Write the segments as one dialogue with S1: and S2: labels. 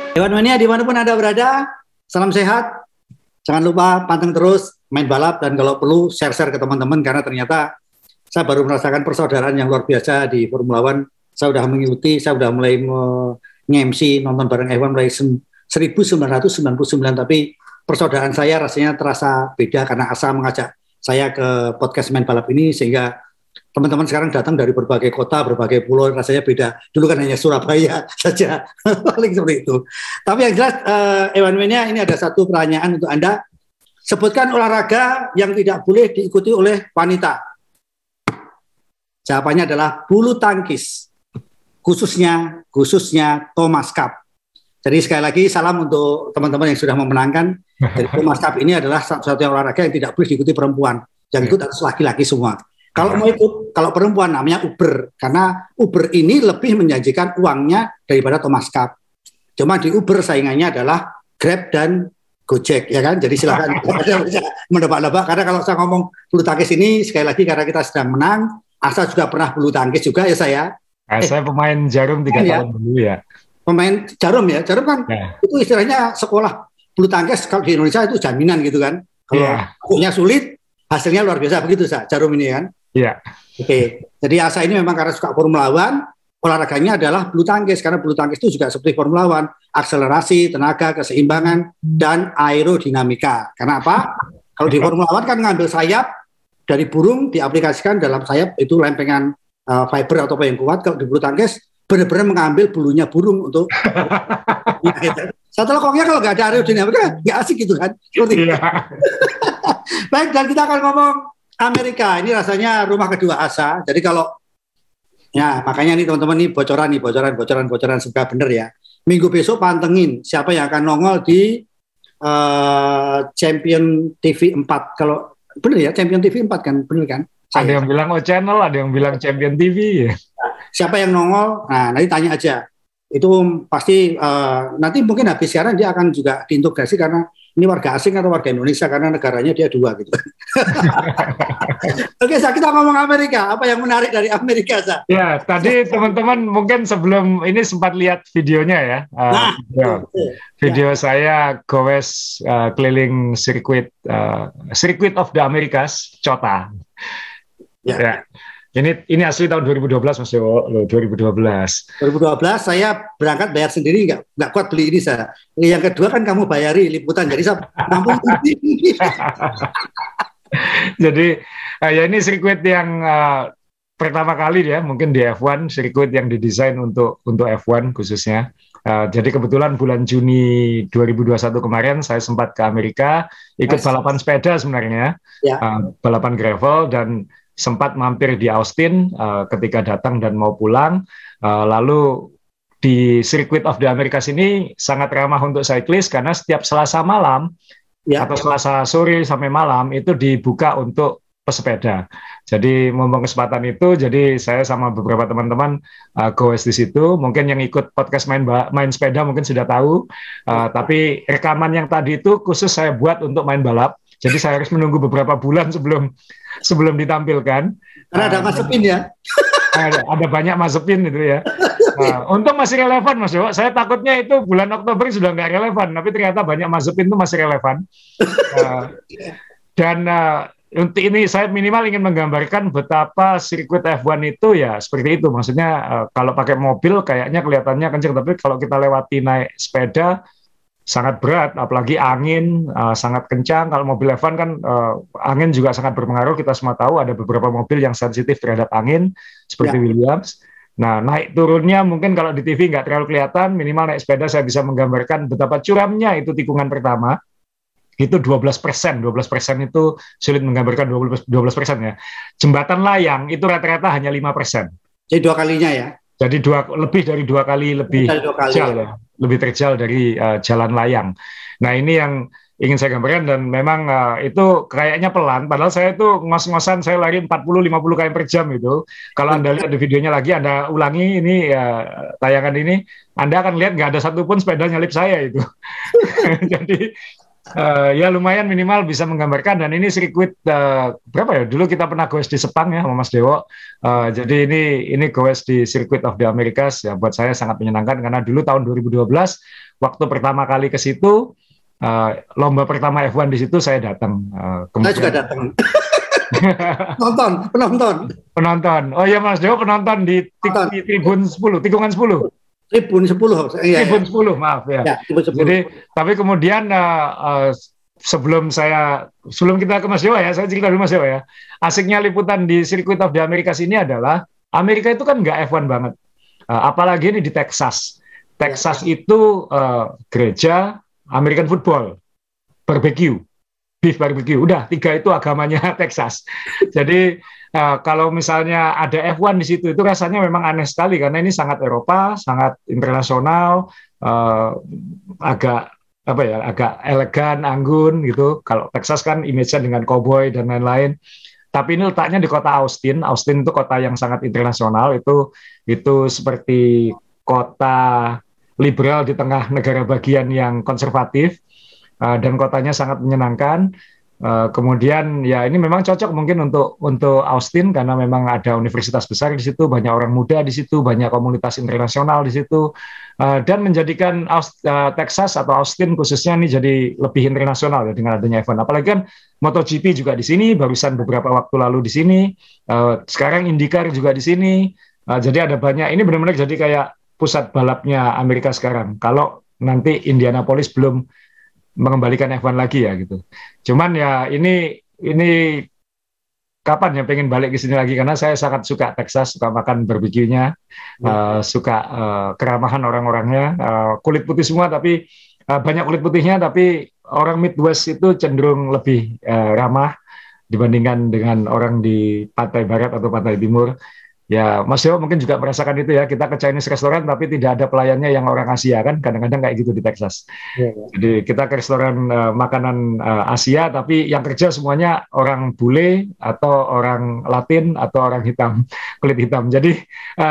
S1: Hewan mania dimanapun Anda berada, salam sehat. Jangan lupa panteng terus main balap dan kalau perlu share-share ke teman-teman karena ternyata saya baru merasakan persaudaraan yang luar biasa di Formula One. Saya sudah mengikuti, saya sudah mulai nge-MC nonton bareng F1 mulai 1999, tapi persaudaraan saya rasanya terasa beda karena Asa mengajak saya ke podcast main balap ini sehingga teman-teman sekarang datang dari berbagai kota, berbagai pulau, rasanya beda. Dulu kan hanya Surabaya saja, paling seperti itu. Tapi yang jelas, Ewan Mania, ini ada satu pertanyaan untuk Anda. Sebutkan olahraga yang tidak boleh diikuti oleh wanita. Jawabannya adalah bulu tangkis, khususnya Thomas Cup. Jadi sekali lagi salam untuk teman-teman yang sudah memenangkan. Jadi Thomas Cup ini adalah satu olahraga yang tidak boleh diikuti perempuan. Yang ikut harus laki-laki semua. Kalau mau ikut, kalau perempuan namanya Uber, karena Uber ini lebih menjanjikan uangnya daripada Thomas Cup. Cuma di Uber saingannya adalah Grab dan Gojek, ya kan? Jadi silakan menebak-nebak. Karena kalau saya ngomong bulu tangkis ini sekali lagi karena kita sedang menang, Asa juga pernah bulu tangkis juga ya saya.
S2: Saya pemain jarum 3 tahun dulu ya.
S1: Pemain jarum ya, jarum kan itu istilahnya sekolah bulu tangkis kalau di Indonesia itu jaminan gitu kan. Kalau punya sulit, hasilnya luar biasa begitu jarum ini kan.
S2: Iya.
S1: Oke. Jadi Asa ini memang karena suka Formula One, olahraganya adalah bulu tangkis karena bulu tangkis itu juga seperti Formula One, akselerasi, tenaga, keseimbangan dan aerodinamika. Karena apa? Kalau di Formula One kan ngambil sayap dari burung diaplikasikan dalam sayap itu lempengan fiber atau apa yang kuat. Kalau di bulu tangkis benar-benar mengambil bulunya burung untuk satu lekongnya kalau nggak ada aerodinamika nggak asik gitu kan. Seperti baik, dan kita akan ngomong Amerika. Ini rasanya rumah kedua Asa. Jadi kalau ya makanya nih teman-teman nih bocoran semoga bener ya. Minggu besok pantengin siapa yang akan nongol di Champion TV 4. Kalau bener ya Champion TV 4 kan, bener kan?
S2: Ada yang bilang channel, ada yang bilang Champion TV.
S1: Siapa yang nongol? Nah, nanti tanya aja. Itu pasti nanti mungkin habis siaran dia akan juga diintegrasi karena ini warga asing atau warga Indonesia karena negaranya dia 2 gitu. Oke, kita ngomong Amerika. Apa yang menarik dari Amerika, Sa?
S2: Ya, tadi teman-teman mungkin sebelum ini sempat lihat videonya ya. Video saya goes keliling sirkuit of the Americas, COTA. Ya. Ini asli tahun 2012 Mas Dewo, 2012
S1: saya berangkat bayar sendiri, nggak kuat beli ini saya. Yang kedua kan kamu bayari liputan, jadi saya mampu.
S2: Jadi ya ini sirkuit yang pertama kali ya mungkin di F1, sirkuit yang didesain untuk F1 khususnya. Jadi kebetulan bulan Juni 2021 kemarin saya sempat ke Amerika ikut balapan sepeda sebenarnya, balapan gravel, dan sempat mampir di Austin ketika datang dan mau pulang. Lalu di Circuit of the Americas ini sangat ramah untuk cyclist karena setiap Selasa malam atau Selasa sore sampai malam itu dibuka untuk pesepeda. Jadi mumpung kesempatan itu, jadi saya sama beberapa teman-teman goes di situ. Mungkin yang ikut podcast main sepeda mungkin sudah tahu. Tapi rekaman yang tadi itu khusus saya buat untuk main balap. Jadi saya harus menunggu beberapa bulan sebelum ditampilkan.
S1: Karena ada Mazepin ya.
S2: Ada banyak Mazepin itu ya. Untung masih relevan Mas Dewo. Saya takutnya itu bulan Oktober sudah nggak relevan, tapi ternyata banyak Mazepin itu masih relevan. Dan untuk ini saya minimal ingin menggambarkan betapa sirkuit F1 itu ya seperti itu. Maksudnya kalau pakai mobil kayaknya kelihatannya kencang, tapi kalau kita lewati naik sepeda sangat berat, apalagi angin sangat kencang. Kalau mobil F1 kan angin juga sangat berpengaruh. Kita semua tahu ada beberapa mobil yang sensitif terhadap angin, seperti Williams. Nah, naik turunnya mungkin kalau di TV nggak terlalu kelihatan, minimal naik sepeda saya bisa menggambarkan betapa curamnya itu tikungan pertama. Itu 12%. 12% itu sulit menggambarkan 12% ya. Jembatan layang itu rata-rata hanya 5%.
S1: Jadi 2 kalinya ya?
S2: Jadi lebih dari 2 kali lebih terjal ya. Lebih terjal dari jalan layang. Nah ini yang ingin saya gambarkan, dan memang itu kayaknya pelan, padahal saya itu ngos-ngosan saya lari 40-50 km per jam itu. Kalau Anda lihat di videonya lagi, Anda ulangi ini tayangan ini, Anda akan lihat nggak ada satupun sepeda nyalip saya itu. Jadi Ya lumayan minimal bisa menggambarkan dan ini sirkuit berapa ya? Dulu kita pernah goes di Sepang ya sama Mas Dewo. Jadi ini goes di Circuit of the Americas ya buat saya sangat menyenangkan karena dulu tahun 2012 waktu pertama kali ke situ lomba pertama F1 di situ saya datang.
S1: Saya juga datang. penonton.
S2: Oh iya Mas Dewo penonton di Tribun 10, tikungan 10.
S1: Tribun 10.
S2: Iya, Tribun 10, maaf ya.
S1: Tribun 10.
S2: Jadi, tapi kemudian sebelum kita ke Mas Dewa ya, saya cerita dulu Mas Dewa ya. Asiknya liputan di Circuit of the Americas ini adalah Amerika itu kan nggak F1 banget. Apalagi ini di Texas. Texas itu gereja, American football, barbecue, beef barbecue. Udah 3 itu agamanya Texas. Jadi kalau misalnya ada F1 di situ, itu rasanya memang aneh sekali karena ini sangat Eropa, sangat internasional, agak elegan, anggun gitu. Kalau Texas kan image-nya dengan cowboy dan lain-lain. Tapi ini letaknya di kota Austin. Austin itu kota yang sangat internasional. Itu seperti kota liberal di tengah negara bagian yang konservatif, dan kotanya sangat menyenangkan. Kemudian ya ini memang cocok mungkin untuk Austin karena memang ada universitas besar di situ, banyak orang muda di situ, banyak komunitas internasional di situ, dan menjadikan Texas atau Austin khususnya ini jadi lebih internasional ya dengan adanya event. Apalagi kan MotoGP juga di sini, barusan beberapa waktu lalu di sini, sekarang IndyCar juga di sini, jadi ada banyak. Ini benar-benar jadi kayak pusat balapnya Amerika sekarang. Kalau nanti Indianapolis belum mengembalikan F1 lagi ya gitu. Cuman ya ini kapan ya pengen balik ke sini lagi karena saya sangat suka Texas, suka makan barbeque-nya, suka keramahan orang-orangnya, kulit putih semua tapi banyak kulit putihnya tapi orang Midwest itu cenderung lebih ramah dibandingkan dengan orang di pantai barat atau pantai timur. Ya, Mas Dewo mungkin juga merasakan itu ya. Kita ke Chinese restoran tapi tidak ada pelayannya yang orang Asia kan. Kadang-kadang kayak gitu di Texas. Ya. Jadi kita ke restoran makanan Asia tapi yang kerja semuanya orang bule atau orang Latin atau orang hitam, kulit hitam. Jadi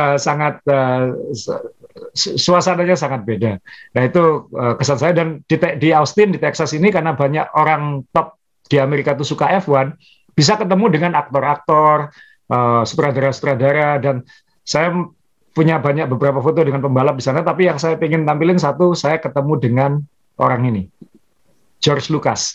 S2: suasananya sangat beda. Nah itu kesan saya dan di Austin di Texas ini karena banyak orang top di Amerika itu suka F1, bisa ketemu dengan aktor-aktor, sutradara-sutradara, dan saya punya beberapa foto dengan pembalap di sana, tapi yang saya ingin tampilin satu, saya ketemu dengan orang ini, George Lucas.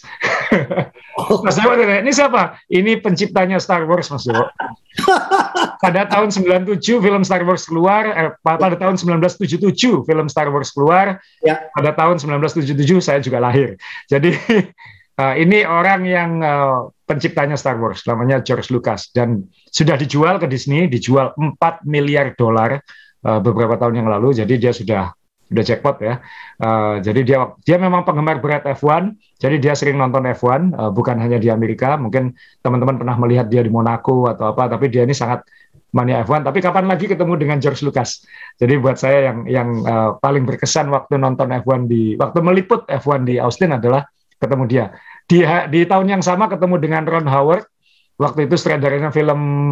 S2: Mas Dewo, ini siapa? Ini penciptanya Star Wars, Mas Dewo. Pada tahun 97 film Star Wars keluar, pada tahun 1977 film Star Wars keluar, ya. Pada tahun 1977 saya juga lahir. Jadi ini orang yang penciptanya Star Wars, namanya George Lucas, dan sudah dijual ke Disney, dijual $4 miliar beberapa tahun yang lalu. Jadi dia sudah jackpot ya. Jadi dia memang penggemar berat F1, jadi dia sering nonton F1, bukan hanya di Amerika. Mungkin teman-teman pernah melihat dia di Monaco atau apa, tapi dia ini sangat mania F1. Tapi kapan lagi ketemu dengan George Lucas? Jadi buat saya yang paling berkesan waktu nonton F1 waktu meliput F1 di Austin adalah ketemu dia. Di tahun yang sama ketemu dengan Ron Howard, waktu itu sutradaranya film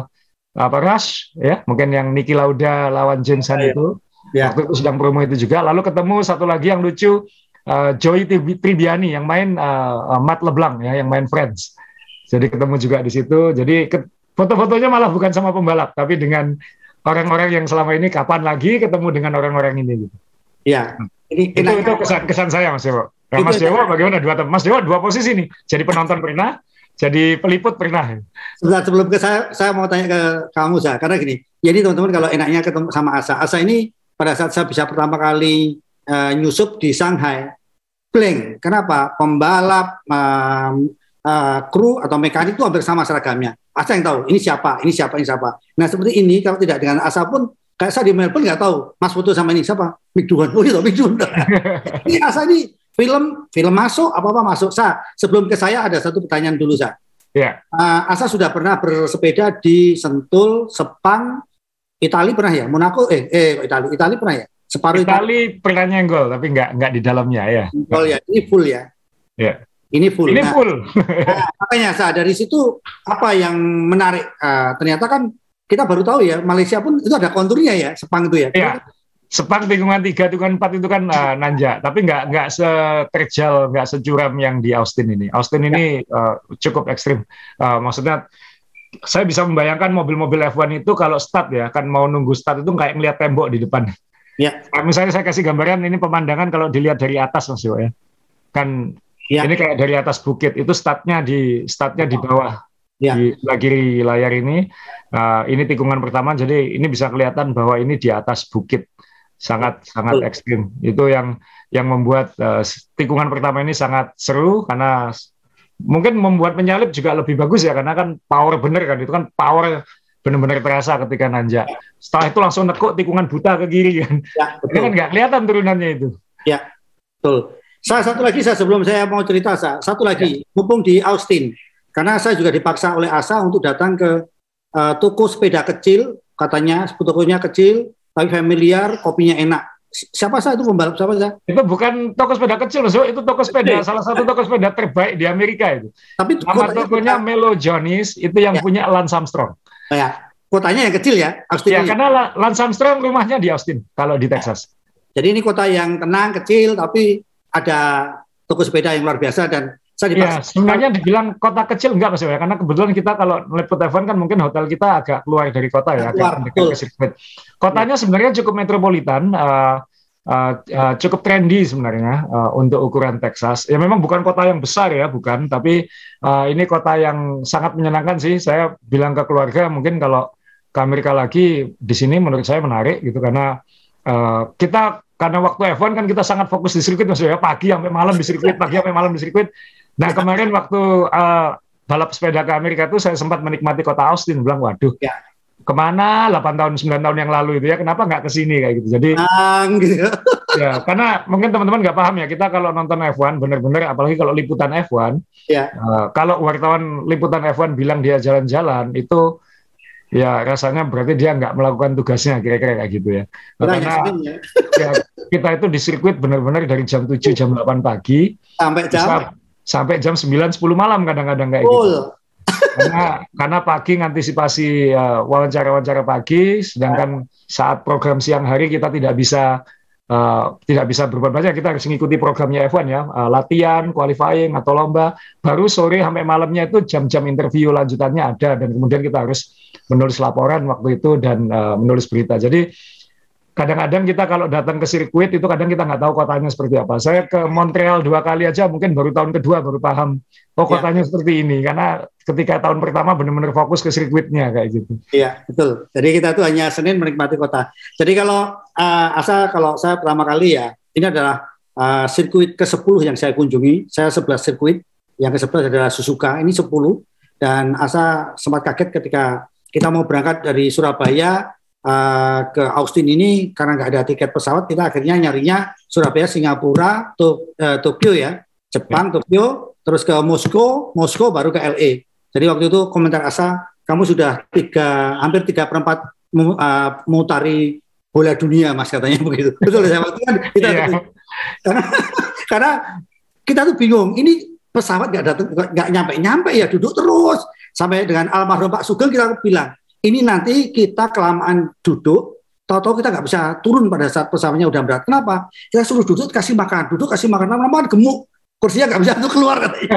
S2: Rush, ya, mungkin yang Niki Lauda lawan James Hunt itu, waktu itu sedang promo itu juga. Lalu ketemu satu lagi yang lucu, Joey Tribbiani yang main Matt LeBlanc ya, yang main Friends. Jadi ketemu juga di situ. Jadi foto-fotonya malah bukan sama pembalap, tapi dengan orang-orang yang selama ini kapan lagi ketemu dengan orang-orang ini. Gitu. Ya, itu kesan saya Mas Dewo. Nah, Mas Dewo bagaimana Mas Dewo dua posisi nih, jadi penonton pernah, jadi peliput pernah.
S1: Sebelum ke saya mau tanya ke kamu Za, karena gini, jadi teman-teman kalau enaknya ketemu sama Asa ini pada saat saya bisa pertama kali nyusup di Shanghai, blank. Kenapa? Pembalap, kru atau mekanik itu hampir sama seragamnya. Asa yang tahu ini siapa. Nah seperti ini kalau tidak dengan Asa pun, kayak saya di Melbourne nggak tahu Mas foto sama ini siapa, Mick Doohan. Oh iya Mick Doohan. Ini Asa ini film masuk apa masuk. Sebelum ke saya ada satu pertanyaan dulu Sa. Yeah. Asa sudah pernah bersepeda di Sentul, Sepang, Italia pernah ya? Monaco Italia pernah ya? Separuh
S2: Italia pernah nyenggol tapi nggak di dalamnya ya.
S1: Oh ya, ini full ya.
S2: Yeah.
S1: Ini full.
S2: Ini full.
S1: Makanya Sa, dari situ apa yang menarik? Ternyata kan kita baru tahu ya, Malaysia pun itu ada konturnya ya, Sepang itu ya. Yeah.
S2: Sepang tikungan 3, tikungan 4 itu kan nanjak, tapi nggak seterjal, nggak securam yang di Austin ini. Austin ini cukup ekstrim. Maksudnya saya bisa membayangkan mobil-mobil F1 itu kalau start ya, kan mau nunggu start itu kayak ngeliat tembok di depan.
S1: Ya.
S2: Misalnya saya kasih gambaran ini pemandangan kalau dilihat dari atas Mas Yo ya. Kan ini kayak dari atas bukit, itu startnya di bawah. Di sebelah kiri layar ini tikungan pertama, jadi ini bisa kelihatan bahwa ini di atas bukit. Sangat ekstrim. Itu yang membuat tikungan pertama ini sangat seru, karena mungkin membuat penyalip juga lebih bagus ya, karena kan power bener kan, itu kan power benar-benar terasa ketika nanjak. Setelah itu langsung nekuk tikungan buta ke kiri kan. Ya, ini kan nggak kelihatan turunannya itu.
S1: Ya, betul. Satu lagi sebelum saya mau cerita, satu lagi, mumpung di Austin, karena saya juga dipaksa oleh Asa untuk datang ke toko sepeda kecil, katanya tokonya kecil, tapi familiar, kopinya enak. Siapa itu pembalap siapa saya?
S2: Itu bukan toko sepeda kecil, so. Itu toko sepeda, salah satu toko sepeda terbaik di Amerika itu. Tapi nama tokonya Melo Jones, itu yang punya Lance Armstrong.
S1: Ya, kotanya yang kecil ya, Austin.
S2: Ya, karena Lance Armstrong rumahnya di Austin, kalau di Texas.
S1: Jadi ini kota yang tenang, kecil, tapi ada toko sepeda yang luar biasa dan
S2: ya, sebenarnya dibilang kota kecil enggak Mas ya, karena kebetulan kita kalau meliput F1 kan mungkin hotel kita agak keluar dari kota ya, agak dekat ke sirkuit. Kotanya sebenarnya cukup metropolitan, cukup trendy sebenarnya untuk ukuran Texas. Ya memang bukan kota yang besar ya, bukan, tapi ini kota yang sangat menyenangkan sih. Saya bilang ke keluarga mungkin kalau ke Amerika lagi di sini menurut saya menarik gitu, karena karena waktu F1 kan kita sangat fokus di sirkuit Mas ya, pagi sampai malam di sirkuit, Nah kemarin waktu balap sepeda ke Amerika itu saya sempat menikmati kota Austin, bilang waduh, kemana 8 tahun 9 tahun yang lalu itu ya, kenapa nggak ke sini kayak gitu. Jadi ya karena mungkin teman-teman nggak paham ya, kita kalau nonton F1 benar-benar, apalagi kalau liputan F1, kalau wartawan liputan F1 bilang dia jalan-jalan itu ya rasanya berarti dia nggak melakukan tugasnya, kira-kira kayak gitu ya. Karena ya, kita itu di sirkuit benar-benar dari jam 7, jam 8 pagi sampai jam 9, 10 malam kadang-kadang kayak gitu. Karena pagi ngantisipasi wawancara-wawancara pagi, sedangkan saat program siang hari kita tidak bisa berbuat banyak, kita harus mengikuti programnya F1 ya, latihan, qualifying atau lomba. Baru sore sampai malamnya itu jam-jam interview lanjutannya ada, dan kemudian kita harus menulis laporan waktu itu dan menulis berita. Jadi kadang-kadang kita kalau datang ke sirkuit itu kadang kita nggak tahu kotanya seperti apa. Saya ke Montreal 2 kali aja, mungkin baru tahun kedua baru paham, kotanya seperti ini. Karena ketika tahun pertama benar-benar fokus ke sirkuitnya kayak gitu. Iya, betul. Jadi kita tuh hanya Senin menikmati kota. Jadi kalau kalau saya pertama kali ya, ini adalah sirkuit ke-10 yang saya kunjungi. Saya 11 sirkuit, yang ke-11 adalah Suzuka, ini 10. Dan Asa sempat kaget ketika kita mau berangkat dari Surabaya ke Austin ini, karena nggak ada tiket pesawat, kita akhirnya nyarinya Surabaya, Singapura, Tokyo ya, Jepang, Tokyo, terus ke Moskow baru ke LA. Jadi waktu itu komentar Asa, kamu sudah hampir 3/4 mengutari bola dunia Mas, katanya begitu. Betul ya, waktu kan kita karena kita tuh bingung, ini pesawat nggak nyampe ya, duduk terus sampai dengan almarhum Pak Sugeng kita bilang, ini nanti kita kelamaan duduk, tahu-tahu kita nggak bisa turun pada saat pesawatnya udah berat. Kenapa? Kita suruh duduk, kasih makan, lama-lama gemuk, kursinya nggak bisa untuk keluar katanya.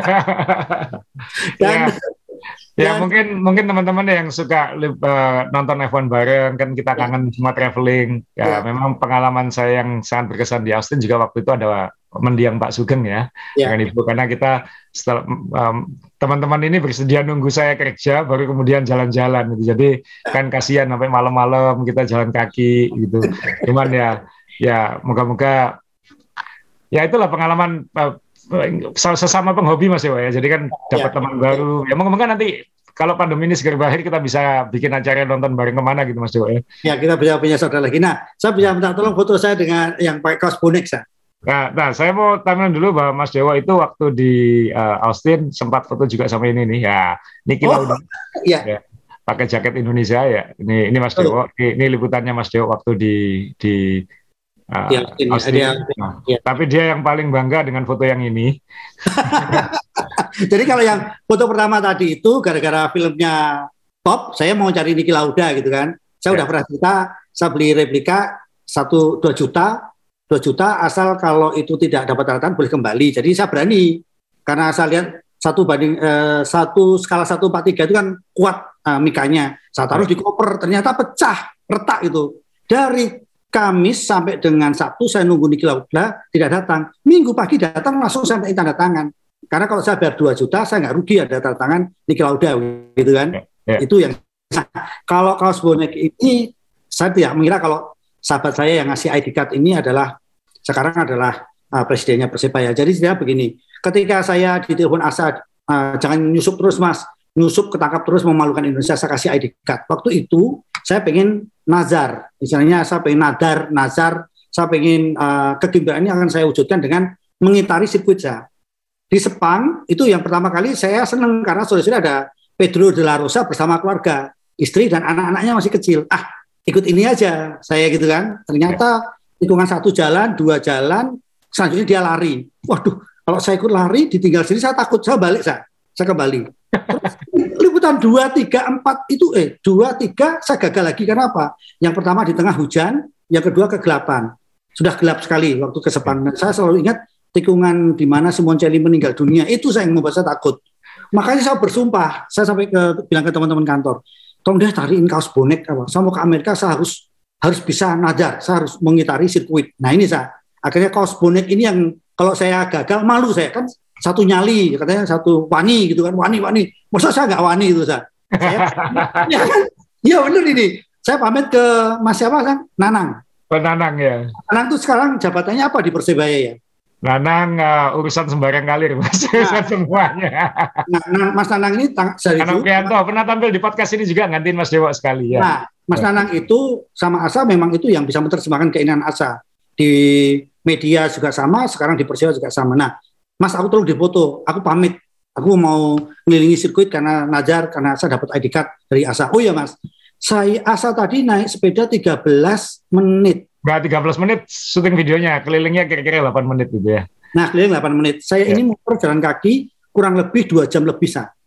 S2: Dan mungkin teman-teman yang suka nonton F1 bareng, kan kita kangen semua traveling. Memang pengalaman saya yang sangat berkesan di Austin juga waktu itu ada mendiang Pak Sugeng ya. Karena kita setelah teman-teman ini bersedia nunggu saya kerja baru kemudian jalan-jalan gitu. Jadi kan kasihan sampai malam-malam kita jalan kaki gitu. Cuman ya moga-moga ya itulah pengalaman sesama penghobi Mas ya. Jadi kan dapat teman baru. Ya moga-moga nanti kalau pandemi ini segera berakhir kita bisa bikin acara nonton bareng kemana gitu Mas Dewa ya. Ya kita bisa punya saudara lagi. Nah, saya bisa minta tolong foto saya dengan yang pakai kaos bonek saya. Nah, saya mau tampilkan dulu bahwa Mas Dewa itu waktu di Austin sempat foto juga sama ini nih ya. Niki Lauda. Iya. Ya, pakai jaket Indonesia ya. Ini Mas Dewa. Ini liputannya Mas Dewa waktu di Austin. Tapi dia yang paling bangga dengan foto yang ini. Jadi kalau yang foto pertama tadi itu gara-gara filmnya top, saya mau cari Niki Lauda gitu kan. Saya udah pernah cerita, saya beli replika,
S1: 2 juta asal kalau itu tidak dapat tanda tangan boleh kembali. Jadi saya berani karena saya lihat 1 skala 1/43 itu kan kuat mikanya. Saya taruh di koper, ternyata pecah, retak itu. Dari Kamis sampai dengan Sabtu saya nunggu Niki Lauda tidak datang. Minggu pagi datang langsung sampai tanda tangan. Karena kalau saya bayar 2 juta saya nggak rugi ada tanda tangan Niki Lauda gitu kan. Itu yang kalau kaos bonek ini saya tidak mengira kalau sahabat saya yang ngasih ID card ini sekarang adalah presidennya Persebaya. Jadi saya begini, ketika saya ditelepon Asa, jangan nyusup terus Mas, nyusup ketangkap terus memalukan Indonesia, saya kasih ID card. Waktu itu saya pengen nazar, misalnya saya pengen nazar, saya pengen kegembiraan ini akan saya wujudkan dengan mengitari sirkuit saya. Di Sepang itu yang pertama kali saya senang karena sore-sore ada Pedro de la Rosa bersama keluarga, istri dan anak-anaknya masih kecil. Ikut ini aja saya gitu kan. Ternyata hitungan 1 jalan, 2 jalan, selanjutnya dia lari. Waduh, kalau saya ikut lari ditinggal sini saya takut, saya balik saya kembali. Terus, liputan 2, 3, 4 itu 2, 3 saya gagal lagi karena apa? Yang pertama di tengah hujan, yang kedua kegelapan. Sudah gelap sekali waktu ke Sepang. Saya selalu ingat tikungan di mana Simoncelli meninggal dunia, itu saya yang membuat saya takut. Makanya saya bersumpah, saya sampai bilang ke teman-teman kantor, tolong deh cariin kaos bonek saya mau ke Amerika, saya harus bisa nadar, saya harus mengitari sirkuit. Nah ini akhirnya kaos bonek ini yang kalau saya gagal malu saya kan, 1 nyali katanya 1 wani gitu kan, wani masa saya nggak wani itu saya ya kan, ya bener ini saya pamit ke Mas siapa kan, Nanang ya. Nanang tuh sekarang jabatannya apa di Persebaya ya?
S2: Nanang urusan sembarang kalir Mas, semuanya.
S1: Mas Nanang ini
S2: Nanang Prianto pernah tampil di podcast ini juga ngantiin Mas Dewa sekali ya.
S1: Nah, Mas Nanang itu sama Asa memang itu yang bisa menerjemahkan keinginan Asa. Di media juga sama, sekarang di Persebaya juga sama. Nah, Mas aku tolong dipoto, aku pamit. Aku mau ngelilingi sirkuit karena najar, karena saya dapat ID card dari Asa. Oh ya Mas, Asa tadi naik sepeda 13 menit.
S2: Nggak 13 menit syuting videonya, kelilingnya kira-kira 8 menit gitu ya.
S1: Nah, keliling 8 menit. Saya ini muter jalan kaki kurang lebih 2 jam lebih,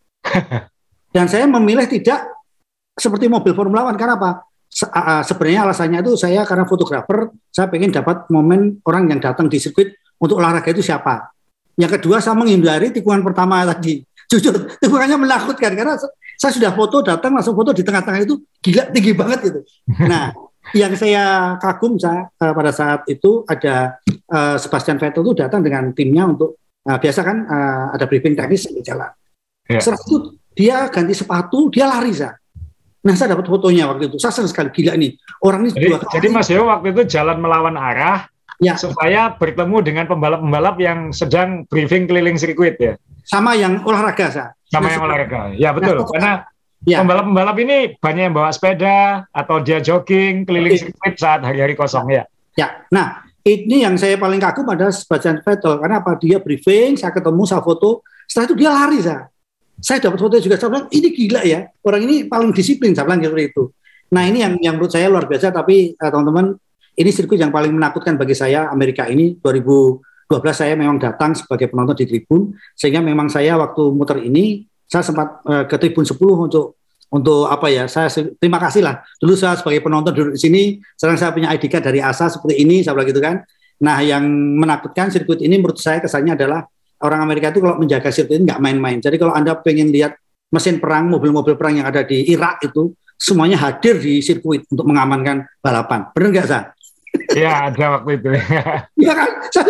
S1: Dan saya memilih tidak seperti mobil Formula One. Karena apa? Sebenarnya alasannya itu saya karena fotografer, saya pengen dapat momen orang yang datang di sirkuit untuk olahraga itu siapa. Yang kedua, saya menghindari tikungan pertama tadi. Jujur, tikungannya menakutkan karena saya sudah foto, datang langsung foto di tengah-tengah itu gila tinggi banget gitu. Nah, yang saya kagum pada saat itu ada Sebastian Vettel itu datang dengan timnya untuk biasa kan ada briefing teknis di jalan. Setelah itu dia ganti sepatu, dia lari Nah saya dapat fotonya waktu itu, saya senang sekali, gila nih orang ini.
S2: Jadi Mas Dewa waktu itu jalan melawan arah supaya bertemu dengan pembalap-pembalap yang sedang briefing keliling sirkuit ya.
S1: Sama yang olahraga
S2: olahraga, ya betul. Karena pembalap-pembalap ini banyak yang bawa sepeda atau dia jogging keliling sirkuit saat hari-hari kosong ya.
S1: Nah ini yang saya paling kagum adalah Sebastian Vettel karena apa, dia briefing, saya ketemu, saya foto, setelah itu dia lari saya dapat foto juga, saya bilang ini gila ya, orang ini paling disiplin, saya bilang seperti itu. Nah ini yang menurut saya luar biasa, tapi teman-teman ini sirkuit yang paling menakutkan bagi saya. Amerika ini 2012 saya memang datang sebagai penonton di tribun, sehingga memang saya waktu muter ini saya sempat ke tribun 10 untuk apa ya, saya terima kasih lah. Dulu saya sebagai penonton duduk di sini, sekarang saya punya ID card dari ASA seperti ini, saya bilang gitu kan. Nah yang menakutkan sirkuit ini menurut saya kesannya adalah orang Amerika itu kalau menjaga sirkuit ini nggak main-main. Jadi kalau Anda pengen lihat mesin perang, mobil-mobil perang yang ada di Irak itu, semuanya hadir di sirkuit untuk mengamankan balapan. Benar nggak, Sa?
S2: Iya, ada waktu itu.
S1: Iya kan?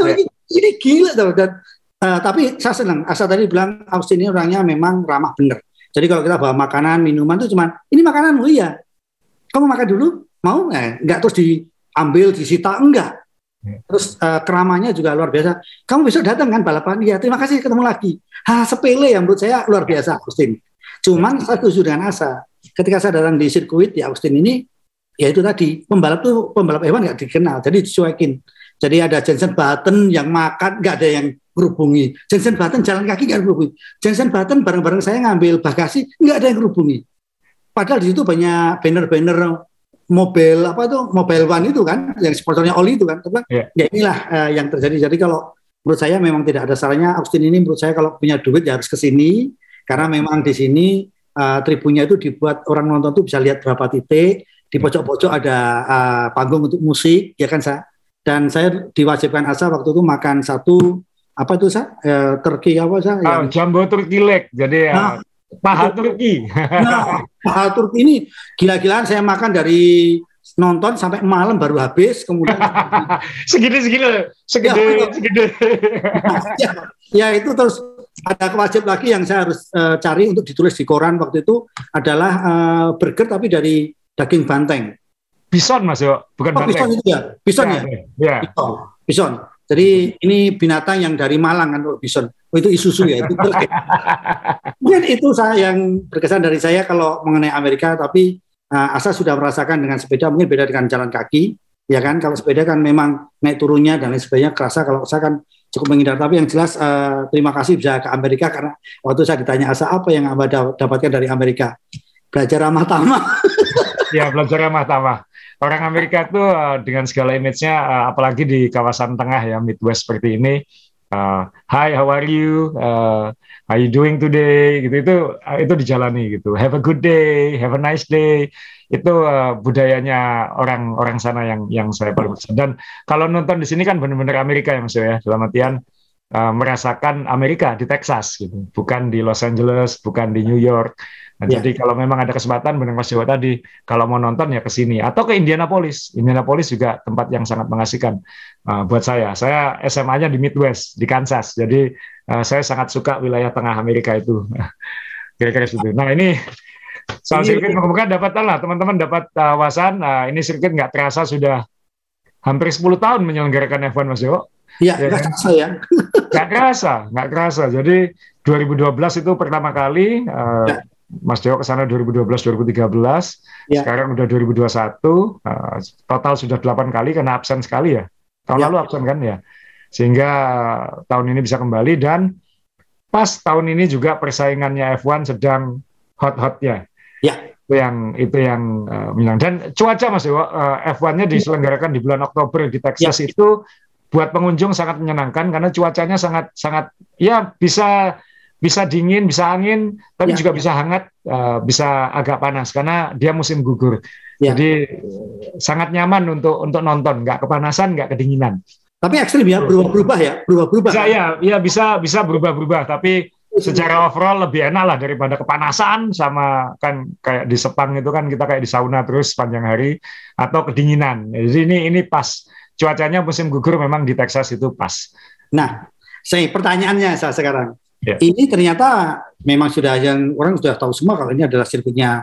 S1: Ini gila tuh. Tapi saya senang. Asa tadi bilang Austin ini orangnya memang ramah bener. Jadi kalau kita bawa makanan, minuman itu cuman, ini makanan, oh iya. Kamu makan dulu? Mau? Enggak terus diambil, disita? Enggak. Terus keramanya juga luar biasa. Kamu besok datang kan balapan? Iya, terima kasih, ketemu lagi. Sepele yang menurut saya luar biasa Austin. Cuman saya setuju dengan Asa. Ketika saya datang di sirkuit di Austin ini, ya itu tadi, pembalap hewan nggak dikenal, jadi dicuekin. Jadi ada Jenson Button yang makan, nggak ada yang berhubungi. Jenson Button jalan kaki nggak berhubungi. Jenson Button bareng-bareng saya ngambil bagasi, nggak ada yang berhubungi. Padahal di situ banyak banner-banner mobil Mobile One itu kan, yang sponsornya Oli itu kan. Ya inilah yang terjadi. Jadi kalau menurut saya memang tidak ada salahnya Austin ini. Menurut saya kalau punya duit ya harus ke sini, karena memang di sini tribunnya itu dibuat orang nonton tuh bisa lihat berapa titik. di pojok-pojok ada panggung untuk musik, ya kan Sa. Dan saya diwajibkan Asa waktu itu makan satu apa itu Sa? Turki apa Sa?
S2: Jumbo Turkey leg, jadi paha Turki.
S1: Nah, paha Turki ini gila-gilaan saya makan dari nonton sampai malam baru habis, kemudian
S2: segede.
S1: Ya itu terus ada wajib lagi yang saya harus cari untuk ditulis di koran waktu itu adalah burger tapi dari daging banteng.
S2: Bison Mas Yo, bukan banteng.
S1: Bison itu ya, bison ya. Ya. Bison. Jadi ini binatang yang dari Malang kan, bison. Itu Isuzu ya. Mungkin itu yang berkesan dari saya kalau mengenai Amerika. Tapi Asa sudah merasakan dengan sepeda mungkin beda dengan jalan kaki, ya kan? Kalau sepeda kan memang naik turunnya dan lain sebagainya kerasa. Kalau saya kan cukup menghindar. Tapi yang jelas terima kasih bisa ke Amerika karena waktu saya ditanya Asa apa yang Anda dapatkan dari Amerika, belajar ramah tamah.
S2: Ya, belajar ramah tamah. Orang Amerika itu dengan segala image-nya, apalagi di kawasan tengah ya, Midwest seperti ini, hi, how are you? How you doing today? Gitu itu dijalani gitu. Have a good day, have a nice day. Itu budayanya orang sana yang saya paling besar. Dan kalau nonton di sini kan benar-benar Amerika ya Mas ya, dalam artian merasakan Amerika di Texas gitu, bukan di Los Angeles, bukan di New York. Nah, jadi kalau memang ada kesempatan, benar Mas Jawa tadi, kalau mau nonton ya ke sini atau ke Indianapolis. Indianapolis juga tempat yang sangat mengasihkan buat saya. Saya SMA-nya di Midwest, di Kansas. Jadi saya sangat suka wilayah tengah Amerika itu. Kira-kira situ. Nah ini soal sirkuit, moga-moga dapatlah teman-teman dapat wawasan. Ini sirkuit nggak terasa sudah hampir 10 tahun menyelenggarakan F1 Mas Jawa.
S1: Iya, nggak terasa ya.
S2: Nggak kerasa. Jadi 2012 itu pertama kali. Mas Dewo ke sana 2012-2013, sekarang udah 2021, total sudah 8 kali karena absen sekali ya. Tahun lalu absen kan ya. Sehingga tahun ini bisa kembali dan pas tahun ini juga persaingannya F1 sedang hot-hotnya.
S1: Ya.
S2: Itu yang bilang. Dan cuaca Mas Dewo, F1-nya diselenggarakan di bulan Oktober di Texas itu buat pengunjung sangat menyenangkan karena cuacanya sangat ya bisa dingin, bisa angin, tapi juga bisa hangat, bisa agak panas karena dia musim gugur. Jadi sangat nyaman untuk nonton, nggak kepanasan, nggak kedinginan.
S1: Tapi ekstrim ya, berubah-ubah ya, berubah-ubah.
S2: Bisa berubah-berubah, tapi secara overall lebih enak lah daripada kepanasan sama kan kayak di Sepang itu kan kita kayak di sauna terus sepanjang hari atau kedinginan. Jadi ini pas cuacanya musim gugur memang di Texas itu pas.
S1: Nah, pertanyaannya saya sekarang.
S2: Ya.
S1: Ini ternyata memang orang sudah tahu semua kalau ini adalah sirkuitnya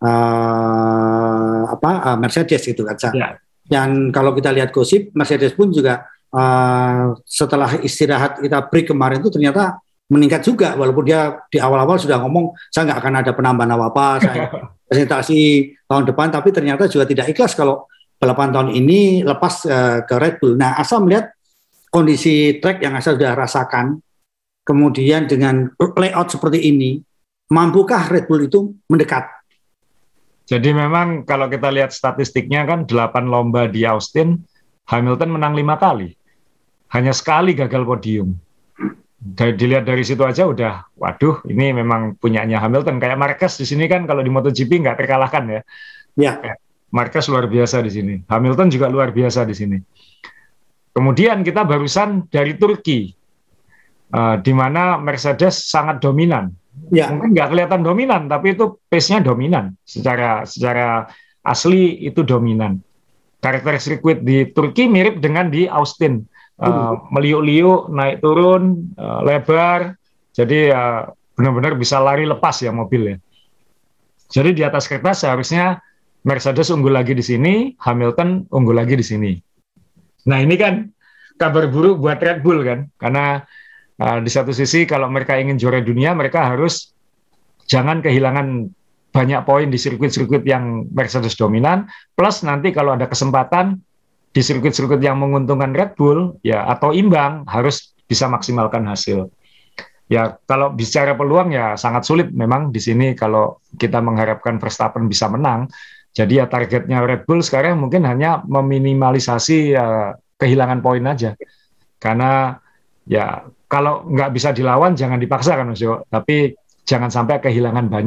S1: Mercedes gitu kan. Ya. Dan kalau kita lihat gosip Mercedes pun juga setelah istirahat kita break kemarin itu ternyata meningkat juga walaupun dia di awal-awal sudah ngomong saya nggak akan ada penambahan apa-apa, saya presentasi tahun depan, tapi ternyata juga tidak ikhlas kalau balapan tahun ini lepas ke Red Bull. Nah, Asa melihat kondisi track yang Asa sudah rasakan. Kemudian dengan layout seperti ini, mampukah Red Bull itu mendekat?
S2: Jadi memang kalau kita lihat statistiknya kan 8 lomba di Austin, Hamilton menang 5 kali. Hanya sekali gagal podium. Dilihat dari situ aja udah, waduh ini memang punyanya Hamilton. Kayak Marquez di sini kan kalau di MotoGP nggak terkalahkan ya.
S1: Ya.
S2: Marquez luar biasa di sini. Hamilton juga luar biasa di sini. Kemudian kita barusan dari Turki. Di mana Mercedes sangat dominan. Ya. Mungkin nggak kelihatan dominan, tapi itu pace-nya dominan. Secara asli itu dominan. Karakter sirkuit di Turki mirip dengan di Austin. Meliuk-liuk, naik turun, lebar. Jadi benar-benar bisa lari lepas ya mobil ya. Jadi di atas kertas seharusnya Mercedes unggul lagi di sini, Hamilton unggul lagi di sini. Nah ini kan kabar buruk buat Red Bull kan, karena di satu sisi kalau mereka ingin juara dunia, mereka harus jangan kehilangan banyak poin di sirkuit-sirkuit yang Mercedes dominan, plus nanti kalau ada kesempatan di sirkuit-sirkuit yang menguntungkan Red Bull, ya atau imbang, harus bisa maksimalkan hasil. Ya kalau bicara peluang ya sangat sulit memang di sini kalau kita mengharapkan Verstappen bisa menang. Jadi ya targetnya Red Bull sekarang mungkin hanya meminimalisasi kehilangan poin aja. Karena ya kalau nggak bisa dilawan jangan dipaksa kan Mas Jo, tapi jangan sampai kehilangan banyak.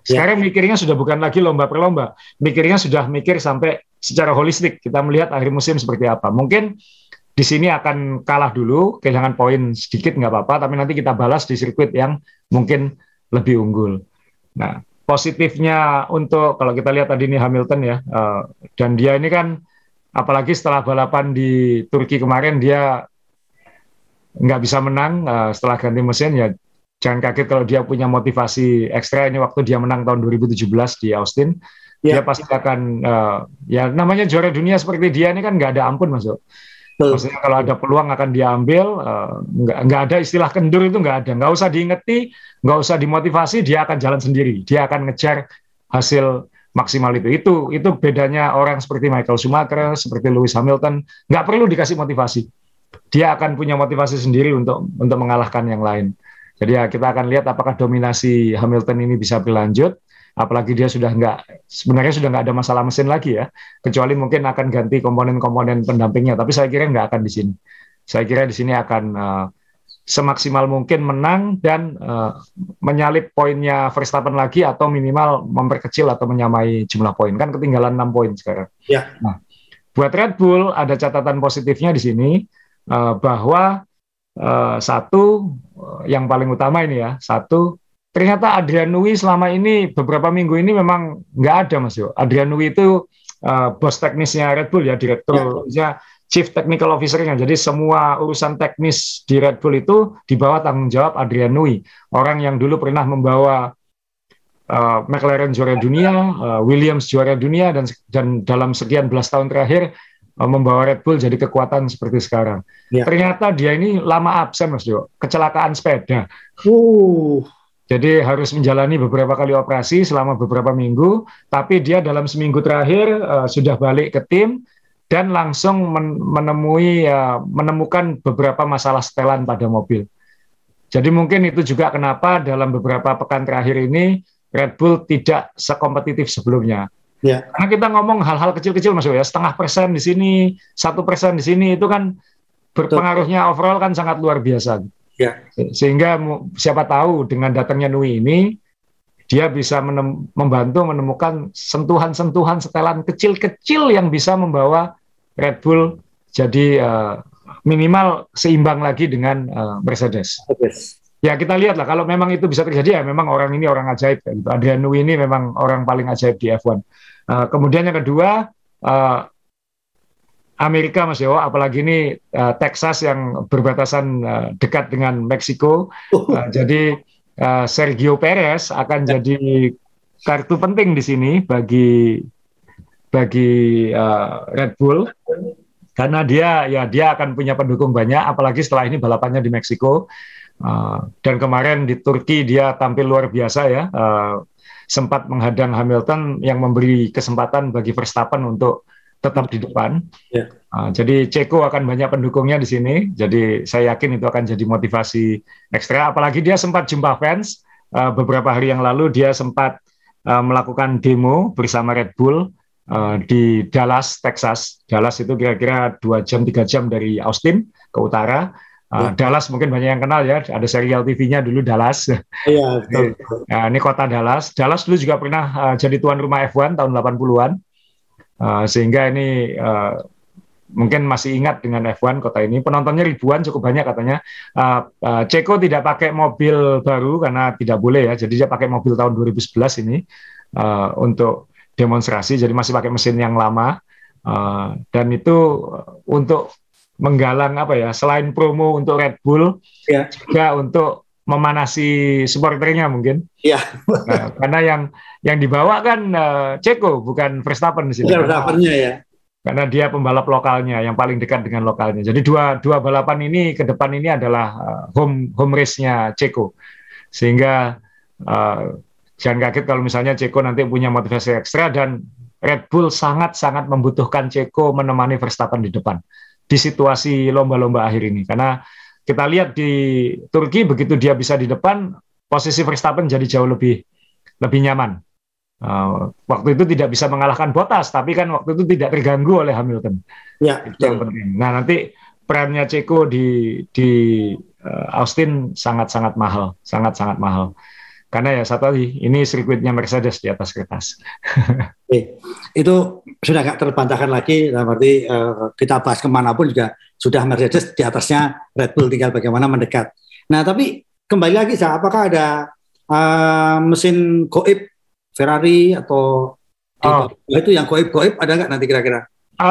S1: Ya.
S2: Sekarang mikirnya sudah bukan lagi lomba per lomba, mikirnya sudah mikir sampai secara holistik. Kita melihat akhir musim seperti apa. Mungkin di sini akan kalah dulu, kehilangan poin sedikit nggak apa-apa, tapi nanti kita balas di sirkuit yang mungkin lebih unggul. Nah, positifnya untuk kalau kita lihat tadi ini Hamilton ya, dan dia ini kan apalagi setelah balapan di Turki kemarin dia nggak bisa menang setelah ganti mesin ya. Jangan kaget kalau dia punya motivasi ekstra. Ini waktu dia menang tahun 2017 di Austin, dia pasti akan ya namanya juara dunia seperti dia ini kan nggak ada ampun masuk. Maksudnya kalau ada peluang akan diambil, nggak ada istilah kendur itu nggak ada. Nggak usah diingeti, nggak usah dimotivasi, dia akan jalan sendiri. Dia akan ngejar hasil maksimal itu. Itu bedanya orang seperti Michael Schumacher, seperti Lewis Hamilton. Nggak perlu dikasih motivasi. Dia akan punya motivasi sendiri untuk mengalahkan yang lain. Jadi ya kita akan lihat apakah dominasi Hamilton ini bisa berlanjut. Apalagi dia sebenarnya sudah nggak ada masalah mesin lagi ya, kecuali mungkin akan ganti komponen-komponen pendampingnya. Tapi saya kira nggak akan di sini. Saya kira di sini akan semaksimal mungkin menang dan menyalip poinnya Verstappen lagi atau minimal memperkecil atau menyamai jumlah poin. Kan ketinggalan 6 poin sekarang.
S1: Ya.
S2: Nah, buat Red Bull ada catatan positifnya di sini bahwa satu yang paling utama ini ya, ternyata Adrian Newey selama ini beberapa minggu ini memang nggak ada Mas Yo. Adrian Newey itu bos teknisnya Red Bull ya, direkturnya, Chief Technical Officer-nya. Jadi semua urusan teknis di Red Bull itu di bawah tanggung jawab Adrian Newey. Orang yang dulu pernah membawa McLaren juara dunia, Williams juara dunia, dan dalam sekian belas tahun terakhir membawa Red Bull jadi kekuatan seperti sekarang. Ya. Ternyata dia ini lama absen Mas Jo, kecelakaan sepeda. Jadi harus menjalani beberapa kali operasi selama beberapa minggu, tapi dia dalam seminggu terakhir sudah balik ke tim dan langsung menemukan beberapa masalah setelan pada mobil. Jadi mungkin itu juga kenapa dalam beberapa pekan terakhir ini Red Bull tidak sekompetitif sebelumnya. Ya. Karena kita ngomong hal-hal kecil-kecil Mas ya, 0,5% di sini, 1% di sini, itu kan berpengaruhnya overall kan sangat luar biasa. Ya. Sehingga siapa tahu dengan datangnya Newey ini, dia bisa membantu menemukan sentuhan-sentuhan setelan kecil-kecil yang bisa membawa Red Bull jadi minimal seimbang lagi dengan Mercedes. Ya kita lihatlah kalau memang itu bisa terjadi ya memang orang ini orang ajaib gitu. Adrian Newey ini memang orang paling ajaib di F1. Kemudian yang kedua Amerika Mas Yo, apalagi ini Texas yang berbatasan dekat dengan Meksiko. Jadi Sergio Perez akan jadi kartu penting di sini bagi Red Bull karena dia akan punya pendukung banyak, apalagi setelah ini balapannya di Meksiko. Dan kemarin di Turki dia tampil luar biasa ya, sempat menghadang Hamilton yang memberi kesempatan bagi Verstappen untuk tetap di depan. Yeah. Jadi Ceko akan banyak pendukungnya di sini. Jadi saya yakin itu akan jadi motivasi ekstra. Apalagi dia sempat jumpa fans beberapa hari yang lalu. Dia sempat melakukan demo bersama Red Bull di Dallas, Texas. Dallas itu kira-kira 2 jam 3 jam dari Austin ke utara. Dallas mungkin banyak yang kenal ya, ada serial TV-nya dulu Dallas. Iya, betul. Ini kota Dallas. Dallas dulu juga pernah jadi tuan rumah F1 tahun 80-an. Sehingga ini mungkin masih ingat dengan F1 kota ini. Penontonnya ribuan, cukup banyak katanya. Ceko tidak pakai mobil baru karena tidak boleh ya. Jadi dia pakai mobil tahun 2011 ini untuk demonstrasi. Jadi masih pakai mesin yang lama. Dan itu untuk menggalang selain promo untuk Red Bull, ya, juga untuk memanasi supporternya mungkin. Iya. Karena yang dibawa kan Ceko, bukan Verstappen di sini. Bukan Verstappennya ya. Karena dia pembalap lokalnya yang paling dekat dengan lokalnya. Jadi dua balapan ini ke depan ini adalah home race-nya Ceko. Sehingga jangan kaget kalau misalnya Ceko nanti punya motivasi ekstra dan Red Bull sangat-sangat membutuhkan Ceko menemani Verstappen di depan di situasi lomba-lomba akhir ini. Karena kita lihat di Turki begitu dia bisa di depan, posisi Verstappen jadi jauh lebih nyaman. Waktu itu tidak bisa mengalahkan Bottas, tapi kan waktu itu tidak terganggu oleh Hamilton. Ya, itu yang penting. Nah, nanti perannya Ceko di Austin sangat-sangat mahal, sangat-sangat mahal. Karena ya satu lagi, ini sirkuitnya Mercedes di atas kertas.
S1: Itu sudah nggak terbantahkan lagi, berarti kita bahas kemanapun juga sudah Mercedes di atasnya Red Bull, tinggal bagaimana mendekat. Nah, tapi kembali lagi, apakah ada mesin goib Ferrari atau itu yang goib ada nggak nanti kira-kira?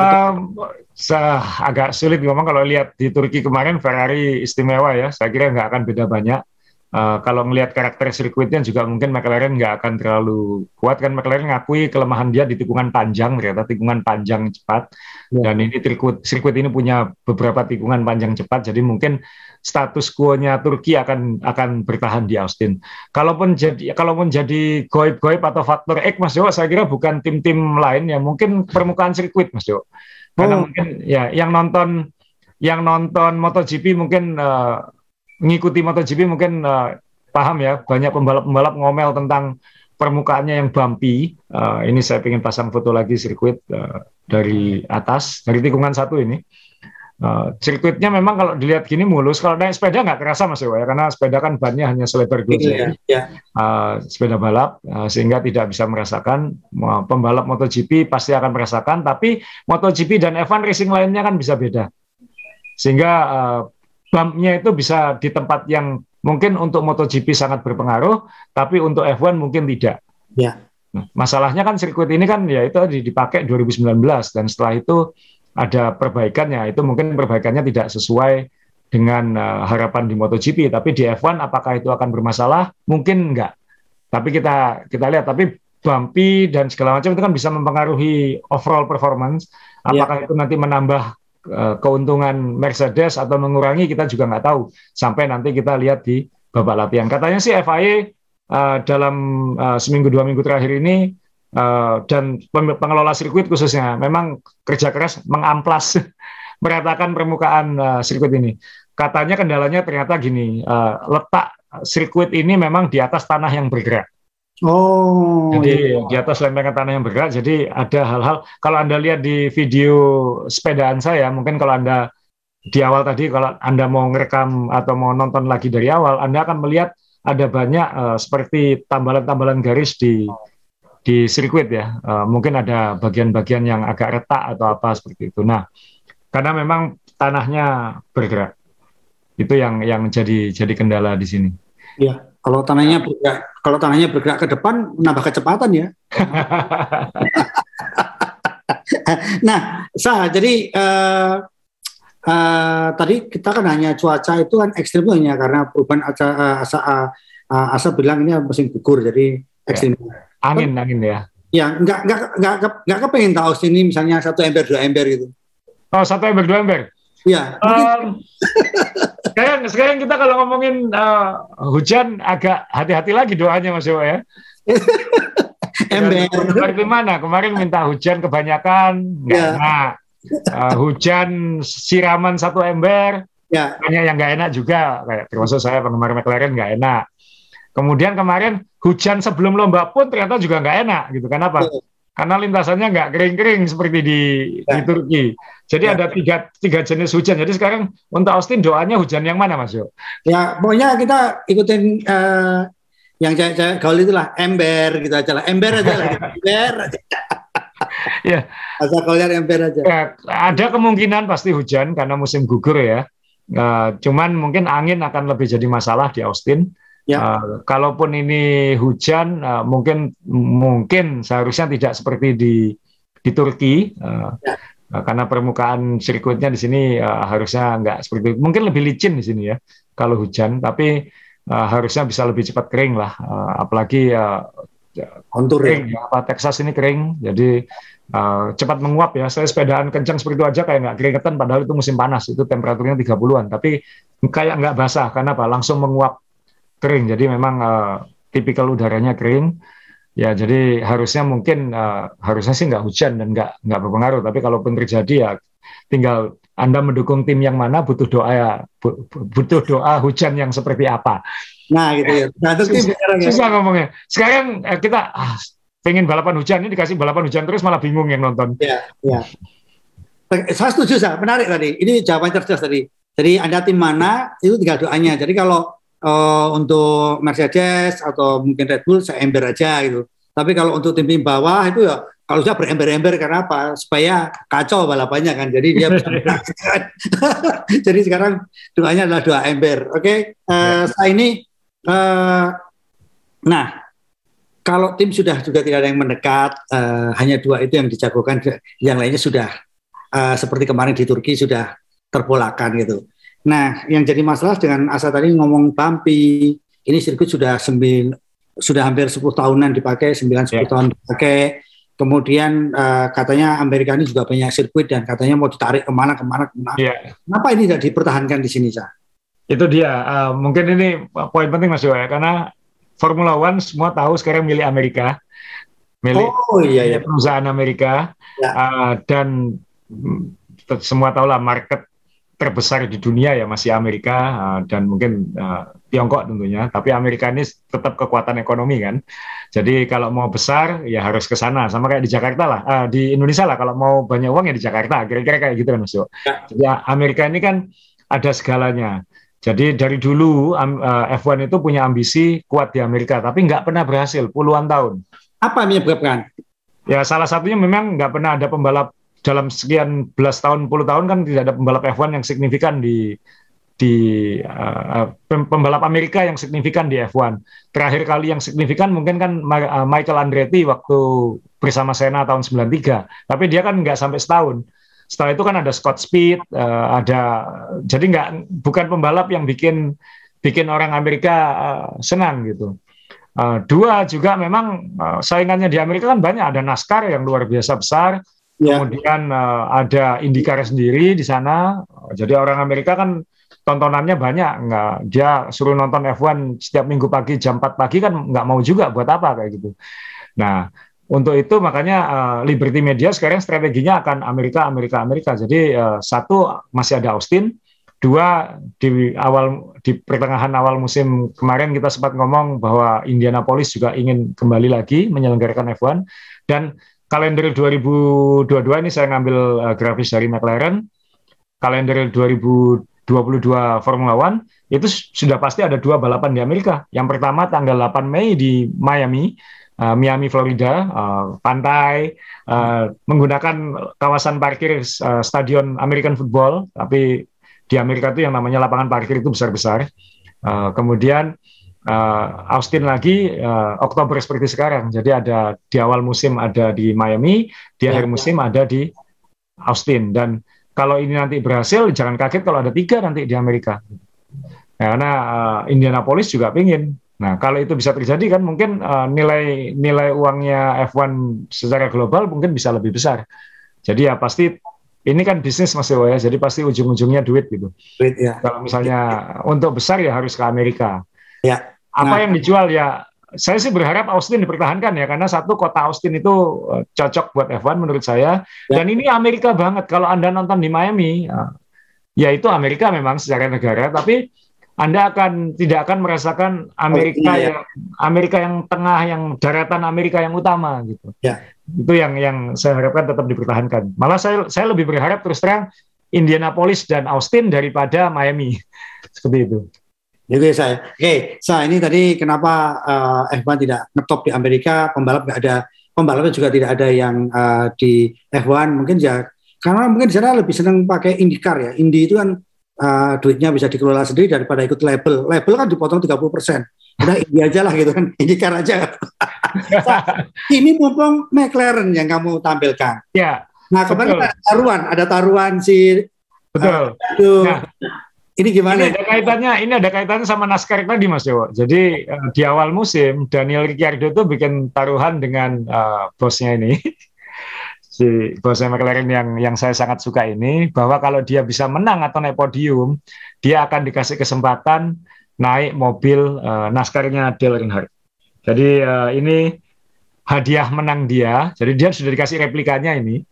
S2: Agak sulit ngomong. Kalau lihat di Turki kemarin Ferrari istimewa ya, saya kira nggak akan beda banyak. Kalau melihat karakter sirkuitnya juga mungkin McLaren nggak akan terlalu kuat kan. McLaren ngakui kelemahan dia di tikungan panjang, ternyata tikungan panjang cepat. Dan ini sirkuit ini punya beberapa tikungan panjang cepat, jadi mungkin status quo-nya Turki akan bertahan di Austin. Kalaupun jadi goib-goib atau faktor X, Mas Jo, saya kira bukan tim-tim lain ya, mungkin permukaan sirkuit, Mas Jo. Karena mungkin ya yang nonton MotoGP mungkin mengikuti MotoGP mungkin paham ya, banyak pembalap-pembalap ngomel tentang permukaannya yang bumpy. Ini saya ingin pasang foto lagi sirkuit dari atas, dari tikungan 1 ini. Sirkuitnya memang kalau dilihat gini mulus, kalau naik sepeda nggak terasa Mas Ewa ya, karena sepeda kan bannya hanya selebar 2 jari. Sepeda balap, sehingga tidak bisa merasakan. Pembalap MotoGP pasti akan merasakan, tapi MotoGP dan F1 racing lainnya kan bisa beda. Sehingga bumpnya itu bisa di tempat yang mungkin untuk MotoGP sangat berpengaruh, tapi untuk F1 mungkin tidak. Masalahnya kan sirkuit ini kan ya itu dipakai 2019, dan setelah itu ada perbaikannya. Itu mungkin perbaikannya tidak sesuai dengan harapan di MotoGP, tapi di F1 apakah itu akan bermasalah? Mungkin enggak. Tapi kita lihat, tapi bumpy dan segala macam itu kan bisa mempengaruhi overall performance. Apakah itu nanti menambah keuntungan Mercedes atau mengurangi, kita juga nggak tahu sampai nanti kita lihat di babak latihan. Katanya sih FIA dalam seminggu 2 minggu terakhir ini dan pengelola sirkuit khususnya memang kerja keras mengamplas meratakan permukaan sirkuit ini. Katanya kendalanya ternyata gini, letak sirkuit ini memang di atas tanah yang bergerak. Jadi di atas lempengan tanah yang bergerak, jadi ada hal-hal. Kalau Anda lihat di video sepedaan saya, mungkin kalau Anda di awal tadi, kalau Anda mau ngerekam atau mau nonton lagi dari awal, Anda akan melihat ada banyak seperti tambalan-tambalan garis di sirkuit ya. Mungkin ada bagian-bagian yang agak retak atau apa seperti itu. Nah, karena memang tanahnya bergerak, itu yang jadi kendala di sini.
S1: Iya. Kalau tanahnya bergerak ke depan, menambah kecepatan ya. Nah, jadi tadi kita kan hanya cuaca itu kan ekstrim hanya karena perubahan Asa bilang ini mesin gugur, jadi ekstrim.
S2: Angin ya.
S1: Ya, nggak kepengen tahu sini misalnya 1 ember 2 ember gitu.
S2: Oh, 1 ember 2 ember.
S1: Ya.
S2: Sekarang kita kalau ngomongin hujan agak hati-hati lagi doanya Mas Dewa ya.
S1: Ember.
S2: Seperti mana? Kemarin minta hujan kebanyakan, nggak enak. Hujan siraman 1 ember, banyak yang nggak enak juga. Kayak termasuk saya penggemar McLaren nggak enak. Kemudian kemarin hujan sebelum lomba pun ternyata juga nggak enak gitu. Kenapa? Karena lintasannya nggak kering-kering seperti di Turki. Jadi ada tiga jenis hujan. Jadi sekarang untuk Austin doanya hujan yang mana Mas Yo? Ya
S1: pokoknya kita ikutin yang cewek gaul itulah, ember gitu aja lah. Ember aja lah. Ember aja.
S2: Ya.
S1: Asal kalian ember aja.
S2: Ya, ada kemungkinan pasti hujan karena musim gugur ya. Cuman mungkin angin akan lebih jadi masalah di Austin. Ya. Kalaupun ini hujan, mungkin seharusnya tidak seperti di Turki, karena permukaan sirkuitnya di sini harusnya nggak seperti itu. Mungkin lebih licin di sini ya kalau hujan, tapi harusnya bisa lebih cepat kering lah. Apalagi
S1: kontur
S2: kering, ya. Texas ini kering, jadi cepat menguap ya. Saya sepedaan kencang seperti itu aja kayak nggak keringetan, padahal itu musim panas, itu temperaturnya 30-an, tapi kayak nggak basah karena apa? Langsung menguap kering. Jadi memang tipikal udaranya kering ya, jadi harusnya sih nggak hujan dan nggak berpengaruh, tapi kalaupun terjadi ya tinggal Anda mendukung tim yang mana, butuh doa hujan yang seperti apa.
S1: Nah gitu ya. Nah,
S2: susah ngomongnya. Sekarang kita pengen balapan hujan, ini dikasih balapan hujan terus malah bingung yang nonton.
S1: Ya. Saya setuju, menarik tadi. Ini jawaban cerdas tadi. Jadi Anda tim mana itu tinggal doanya. Jadi kalau untuk Mercedes atau mungkin Red Bull seember aja gitu. Tapi kalau untuk tim-tim bawah itu ya kalau sudah berember-ember karena apa? Supaya kacau balapannya kan. Jadi dia bisa jadi sekarang doanya adalah 2 ember. Oke, saya ini nah kalau tim sudah juga tidak ada yang mendekat, hanya 2 itu yang dijagokan, yang lainnya sudah seperti kemarin di Turki sudah terpolakan gitu. Nah, yang jadi masalah dengan Asa tadi ngomong bumpy, ini sirkuit sudah hampir 10 tahunan dipakai, 9-10 tahun dipakai. Kemudian katanya Amerika ini juga banyak sirkuit dan katanya mau ditarik kemana. Yeah. Kenapa ini tidak dipertahankan di sini, Sa?
S2: Itu dia. Mungkin ini poin penting Mas Yowa, karena Formula One semua tahu sekarang milik Amerika, milik perusahaan Amerika, dan semua tahulah market terbesar di dunia ya masih Amerika dan mungkin Tiongkok tentunya, tapi Amerika ini tetap kekuatan ekonomi kan. Jadi kalau mau besar ya harus ke sana, sama kayak di Jakarta lah, di Indonesia lah, kalau mau banyak uang ya di Jakarta, kira-kira kayak gitu kan Mas Jo. Jadi Amerika ini kan ada segalanya. Jadi dari dulu F1 itu punya ambisi kuat di Amerika, tapi nggak pernah berhasil puluhan tahun.
S1: Apa yang menyebabkan?
S2: Ya salah satunya memang nggak pernah ada pembalap dalam sekian belas tahun, puluh tahun kan tidak ada pembalap F1 yang signifikan di pembalap Amerika yang signifikan di F1. Terakhir kali yang signifikan mungkin kan Michael Andretti waktu bersama Senna tahun 93, tapi dia kan nggak sampai setahun. Setelah itu kan ada Scott Speed, jadi bukan pembalap yang bikin orang Amerika senang gitu. 2 juga memang saingannya di Amerika kan banyak, ada NASCAR yang luar biasa besar. Kemudian ada IndyCar sendiri di sana. Jadi orang Amerika kan tontonannya banyak. Dia suruh nonton F1 setiap minggu pagi jam 4 pagi kan nggak mau juga, buat apa kayak gitu. Nah, untuk itu makanya Liberty Media sekarang strateginya akan Amerika. Jadi 1 masih ada Austin, 2 di pertengahan awal musim kemarin kita sempat ngomong bahwa Indianapolis juga ingin kembali lagi menyelenggarakan F1, dan kalender 2022 ini saya ngambil grafis dari McLaren. Kalender 2022 Formula One itu sudah pasti ada 2 balapan di Amerika. Yang pertama tanggal 8 Mei di Miami, Florida, pantai, menggunakan kawasan parkir stadion American Football. Tapi di Amerika itu yang namanya lapangan parkir itu besar-besar. Kemudian Austin lagi Oktober seperti sekarang. Jadi ada di awal musim ada di Miami, di akhir musim ada di Austin. Dan kalau ini nanti berhasil, jangan kaget kalau ada 3 nanti di Amerika. Karena Indianapolis juga pingin. Nah, kalau itu bisa terjadi kan mungkin nilai uangnya F1 secara global mungkin bisa lebih besar. Jadi ya pasti ini kan bisnis Mas Dewa ya. Jadi pasti ujung-ujungnya duit gitu.
S1: Duit ya.
S2: Kalau misalnya untuk besar ya harus ke Amerika.
S1: Ya.
S2: Apa yang dijual ya, saya sih berharap Austin dipertahankan ya, karena kota Austin itu cocok buat F1 menurut saya. Dan ini Amerika banget. Kalau Anda nonton di Miami, ya itu Amerika memang secara negara, tapi Anda tidak akan merasakan Amerika yang tengah, yang daratan Amerika yang utama gitu. Ya. Itu yang saya harapkan tetap dipertahankan. Malah saya lebih berharap terus terang Indianapolis dan Austin daripada Miami. Seperti itu.
S1: Jadi saya ini tadi kenapa F1 tidak ngetop di Amerika, pembalapnya juga tidak ada yang di F1, mungkin ya karena mungkin di sana lebih senang pakai IndyCar ya. Indy itu kan duitnya bisa dikelola sendiri daripada ikut label kan dipotong 30%. Udah Indy aja lah gitu kan, IndyCar aja. Ini mumpung McLaren yang kamu tampilkan.
S2: Ya.
S1: Nah kemarin ada taruhan si
S2: betul.
S1: Ini gimana?
S2: Ini ada kaitannya sama NASCAR tadi Mas Dewo. Jadi di awal musim Daniel Ricciardo itu bikin taruhan dengan bosnya ini, si bosnya McLaren yang saya sangat suka ini, bahwa kalau dia bisa menang atau naik podium, dia akan dikasih kesempatan naik mobil NASCAR-nya Dale Earnhardt. Jadi ini hadiah menang dia. Jadi dia sudah dikasih replikanya ini.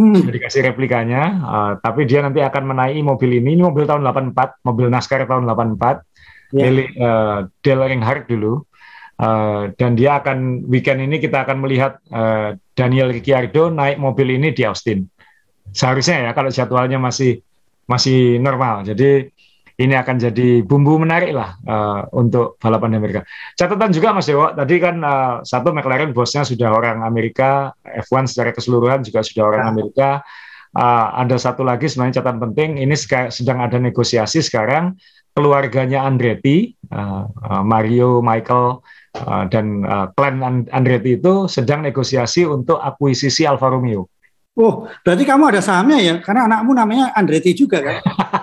S2: Tapi dia nanti akan menaiki mobil ini mobil tahun 84, mobil NASCAR tahun 84, milik Dale Earnhardt dulu, dan dia akan weekend ini kita akan melihat Daniel Ricciardo naik mobil ini di Austin. Seharusnya ya kalau jadwalnya masih normal. Jadi ini akan jadi bumbu menarik lah untuk balapan di Amerika. Catatan juga Mas Dewo, tadi kan satu McLaren bosnya sudah orang Amerika, F1 secara keseluruhan juga sudah orang Amerika. Ada satu lagi sebenarnya catatan penting, ini sedang ada negosiasi sekarang, keluarganya Andretti, Mario, Michael, dan klan Andretti itu sedang negosiasi untuk akuisisi Alfa Romeo.
S1: Oh, berarti kamu ada sahamnya ya? Karena anakmu namanya Andretti juga kan?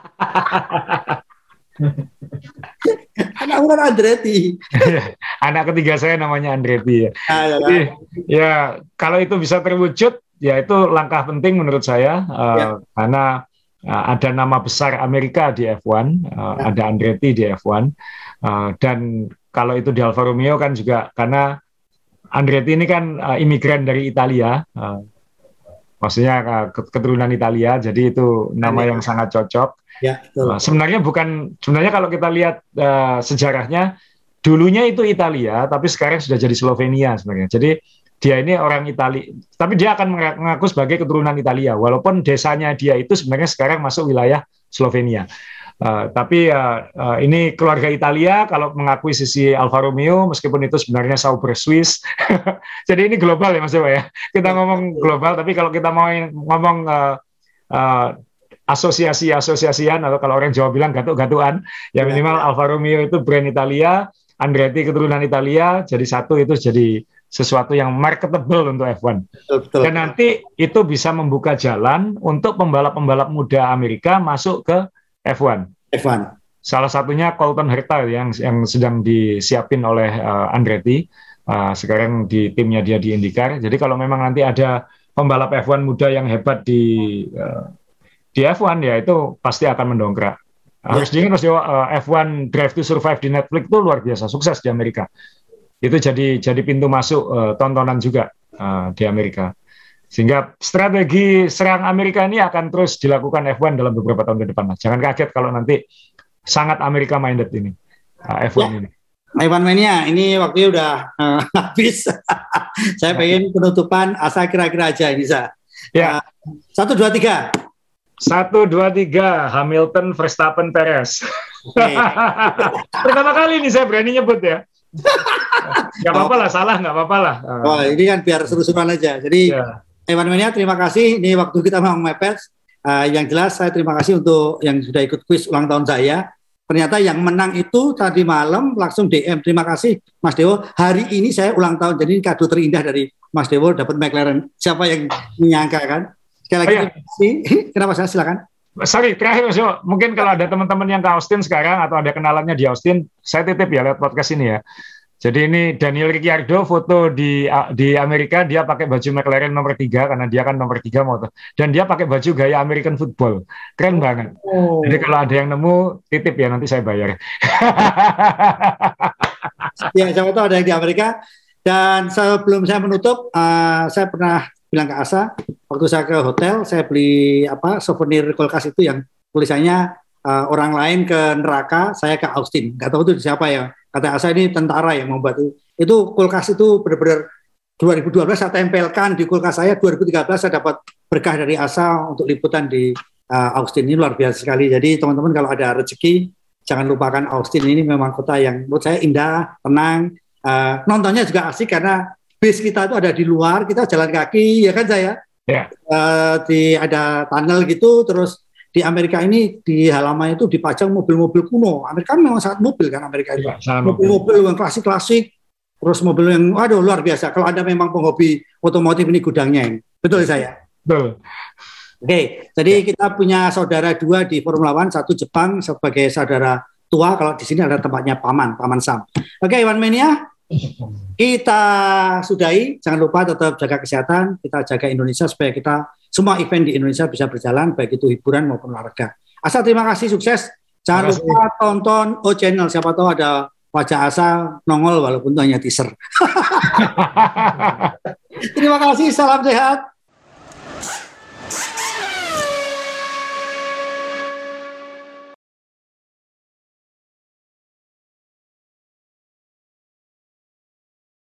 S1: Anakmu kan Andretti.
S2: Anak ketiga saya namanya Andretti ya. Jadi, ya kalau itu bisa terwujud, ya itu langkah penting menurut saya, karena ada nama besar Amerika di F1, ada Andretti di F1, dan kalau itu di Alfa Romeo kan juga karena Andretti ini kan imigran dari Italia, maksudnya keturunan Italia, jadi itu nama yang sangat cocok. Ya, sebenarnya kalau kita lihat sejarahnya, dulunya itu Italia, tapi sekarang sudah jadi Slovenia sebenarnya. Jadi dia ini orang Italia, tapi dia akan mengaku sebagai keturunan Italia, walaupun desanya dia itu sebenarnya sekarang masuk wilayah Slovenia. Tapi ini keluarga Italia kalau mengakui sisi Alfa Romeo, meskipun itu sebenarnya Sauber Swiss. Jadi ini global ya Mas Dewa ya. Kita ngomong global, tapi kalau kita mau ngomong asosiasian, atau kalau orang Jawa bilang gatuk-gatuan, ya minimal Alfa Romeo itu brand Italia, Andretti keturunan Italia, jadi satu itu jadi sesuatu yang marketable untuk F1. Betul. Dan nanti itu bisa membuka jalan untuk pembalap-pembalap muda Amerika masuk ke F1. Salah satunya Colton Herta yang sedang disiapin oleh Andretti, sekarang di timnya dia di IndyCar. Jadi kalau memang nanti ada pembalap F1 muda yang hebat di F1, ya itu pasti akan mendongkrak. Harus diingat Mas Dewa, F1 Drive to Survive di Netflix itu luar biasa sukses di Amerika. Itu jadi pintu masuk tontonan juga di Amerika. Sehingga strategi serang Amerika ini akan terus dilakukan F1 dalam beberapa tahun ke depan. Jangan kaget kalau nanti sangat Amerika minded ini F1 ini.
S1: F1 Mania, ini waktunya udah habis. Saya pengen penutupan asa kira-kira aja ini, Sa.
S2: Ya.
S1: 1, 2, 3.
S2: 1, 2, 3. Hamilton, Verstappen, Perez. Okay. Pertama kali ini saya berani nyebut ya. Nggak apa-apa lah, salah nggak apa-apa lah.
S1: Oh, ini kan biar seru-seruan aja. Jadi F1 Mania, terima kasih. Ini waktu kita mau mepet. Yang jelas saya terima kasih untuk yang sudah ikut kuis ulang tahun saya. Ternyata yang menang itu tadi malam langsung DM. Terima kasih Mas Dewo. Hari ini saya ulang tahun, jadi kado terindah dari Mas Dewo dapat McLaren. Siapa yang menyangka kan? Sekali lagi terima kasih. Kenapa saya silakan?
S2: Sorry, terakhir Mas Dewo. Mungkin kalau ada teman-teman yang ke Austin sekarang atau ada kenalannya di Austin, saya titip ya lewat podcast ini ya. Jadi ini Daniel Ricciardo foto di Amerika, dia pakai baju McLaren nomor 3 karena dia kan nomor 3 motor. Dan dia pakai baju gaya American football. Keren banget. Jadi kalau ada yang nemu, titip ya, nanti saya bayar.
S1: Ya, siapa tahu ada yang di Amerika. Dan sebelum saya menutup, saya pernah bilang ke Asa, waktu saya ke hotel, saya beli souvenir kulkas itu yang tulisannya orang lain ke neraka, saya ke Austin. Nggak tahu itu siapa ya. Kata Asa ini tentara yang membuat itu. Itu kulkas itu benar-benar 2012 saya tempelkan di kulkas saya. 2013 saya dapat berkah dari Asa untuk liputan di Austin. Ini luar biasa sekali. Jadi teman-teman kalau ada rezeki, jangan lupakan Austin. Ini memang kota yang menurut saya indah, tenang. Nontonnya juga asik karena base kita itu ada di luar, kita jalan kaki, ya kan saya? Yeah. Ada tunnel gitu, terus di Amerika ini di halaman itu dipajang mobil-mobil kuno. Amerika memang sangat mobil kan Amerika itu. Mobil-mobil yang klasik-klasik, terus mobil yang waduh luar biasa. Kalau Anda memang penghobi otomotif, ini gudangnya ini. Betul saya? Betul. Oke, jadi kita punya saudara 2 di Formula One, 1 Jepang sebagai saudara tua, kalau di sini ada tempatnya Paman Sam. Oke, F1 Mania, kita sudahi. Jangan lupa tetap jaga kesehatan, kita jaga Indonesia supaya kita semua event di Indonesia bisa berjalan, baik itu hiburan maupun olahraga. Asa, terima kasih, sukses. Jangan lupa tonton O Channel, siapa tahu ada wajah Asa nongol walaupun itu hanya teaser. Terima kasih, salam sehat.